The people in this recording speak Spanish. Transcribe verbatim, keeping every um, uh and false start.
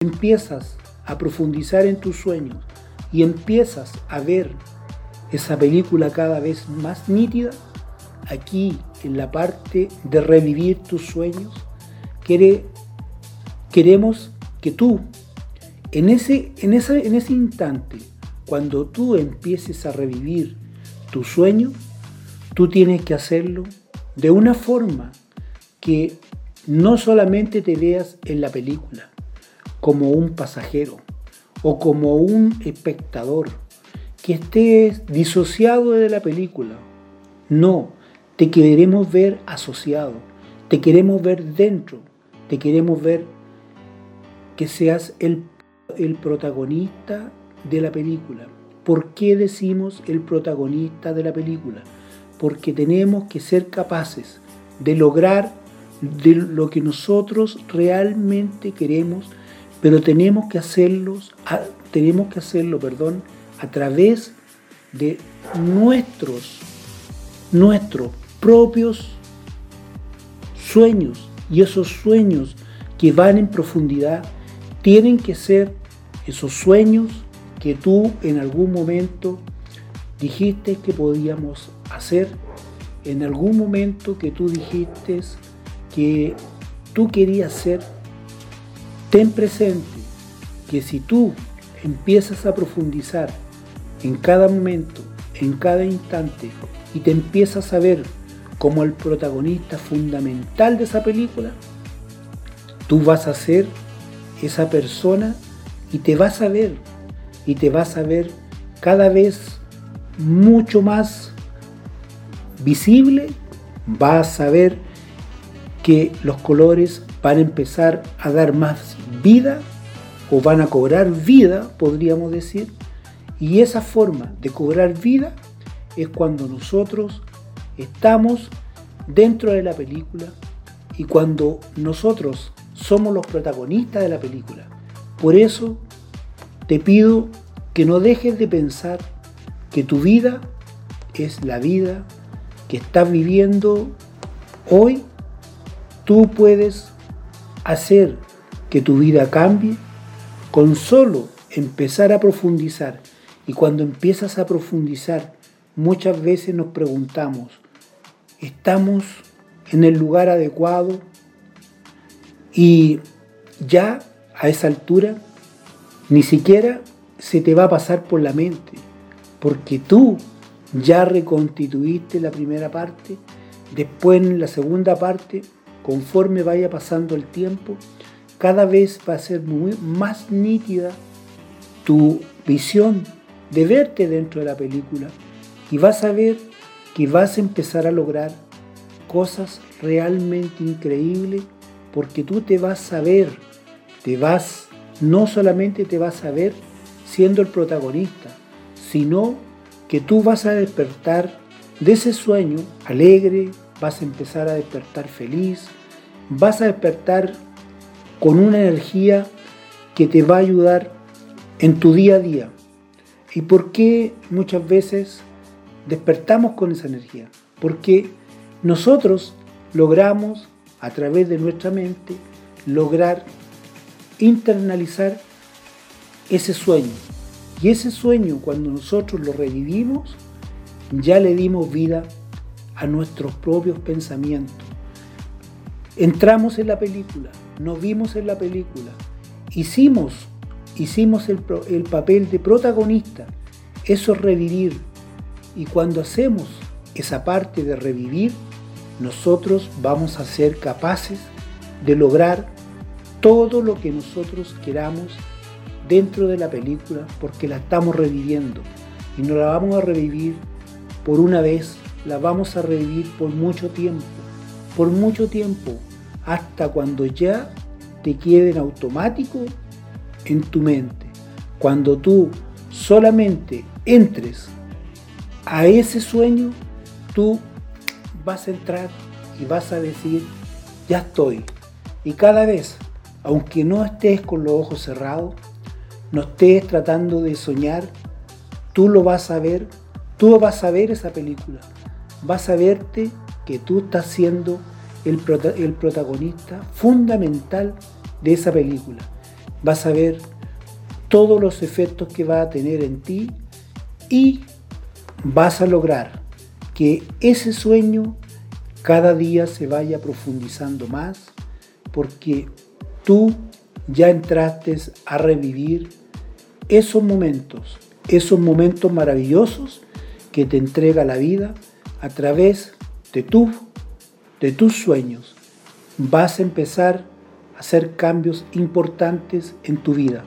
empiezas a profundizar en tus sueños y empiezas a ver esa película cada vez más nítida, aquí en la parte de revivir tus sueños, quiere, queremos que tú, en ese, en, esa, en ese instante, cuando tú empieces a revivir tu sueño, tú tienes que hacerlo de una forma que no solamente te veas en la película como un pasajero o como un espectador, que estés disociado de la película. No, te queremos ver asociado, te queremos ver dentro, te queremos ver que seas el, el protagonista de la película. ¿Por qué decimos el protagonista de la película? Porque tenemos que ser capaces de lograr de lo que nosotros realmente queremos, pero tenemos que hacerlos, a, tenemos que hacerlo, perdón, a través de nuestros, nuestros propios sueños. Y esos sueños que van en profundidad tienen que ser esos sueños que tú en algún momento dijiste que podíamos hacer, en algún momento que tú dijiste que tú querías ser. Ten presente que si tú empiezas a profundizar en cada momento, en cada instante, y te empiezas a ver como el protagonista fundamental de esa película, tú vas a ser esa persona y te vas a ver, y te vas a ver cada vez mucho más visible. Vas a ver que los colores van a empezar a dar más vida, o van a cobrar vida, podríamos decir, y esa forma de cobrar vida es cuando nosotros estamos dentro de la película y cuando nosotros somos los protagonistas de la película. Por eso te pido que no dejes de pensar que tu vida es la vida que estás viviendo hoy. Tú puedes hacer que tu vida cambie con solo empezar a profundizar. Y cuando empiezas a profundizar, muchas veces nos preguntamos, ¿estamos en el lugar adecuado? Y ya a esa altura ni siquiera se te va a pasar por la mente, porque tú ya reconstituiste la primera parte. Después, en la segunda parte, conforme vaya pasando el tiempo, cada vez va a ser muy más nítida tu visión de verte dentro de la película, y vas a ver que vas a empezar a lograr cosas realmente increíbles, porque tú te vas a ver, te vas, no solamente te vas a ver siendo el protagonista, sino que tú vas a despertar de ese sueño alegre, vas a empezar a despertar feliz, vas a despertar con una energía que te va a ayudar en tu día a día. ¿Y por qué muchas veces despertamos con esa energía? Porque nosotros logramos, a través de nuestra mente, lograr internalizar ese sueño. Y ese sueño, cuando nosotros lo revivimos, ya le dimos vida a nuestros propios pensamientos. Entramos en la película, nos vimos en la película, hicimos, hicimos el, el papel de protagonista. Eso es revivir. Y cuando hacemos esa parte de revivir, nosotros vamos a ser capaces de lograr todo lo que nosotros queramos dentro de la película, porque la estamos reviviendo. Y no la vamos a revivir por una vez, la vamos a revivir por mucho tiempo, por mucho tiempo, hasta cuando ya te quede en automático en tu mente. Cuando tú solamente entres a ese sueño, tú vas a entrar y vas a decir, ya estoy. Y cada vez, aunque no estés con los ojos cerrados, no estés tratando de soñar, tú lo vas a ver, tú vas a ver esa película, vas a verte que tú estás siendo el, prota- el protagonista fundamental de esa película. vas a ver todos los efectos que va a tener en ti y vas a lograr que ese sueño cada día se vaya profundizando más, porque tú ya entraste a revivir esos momentos, esos momentos maravillosos que te entrega la vida a través de, tu, de tus sueños. Vas a empezar a hacer cambios importantes en tu vida.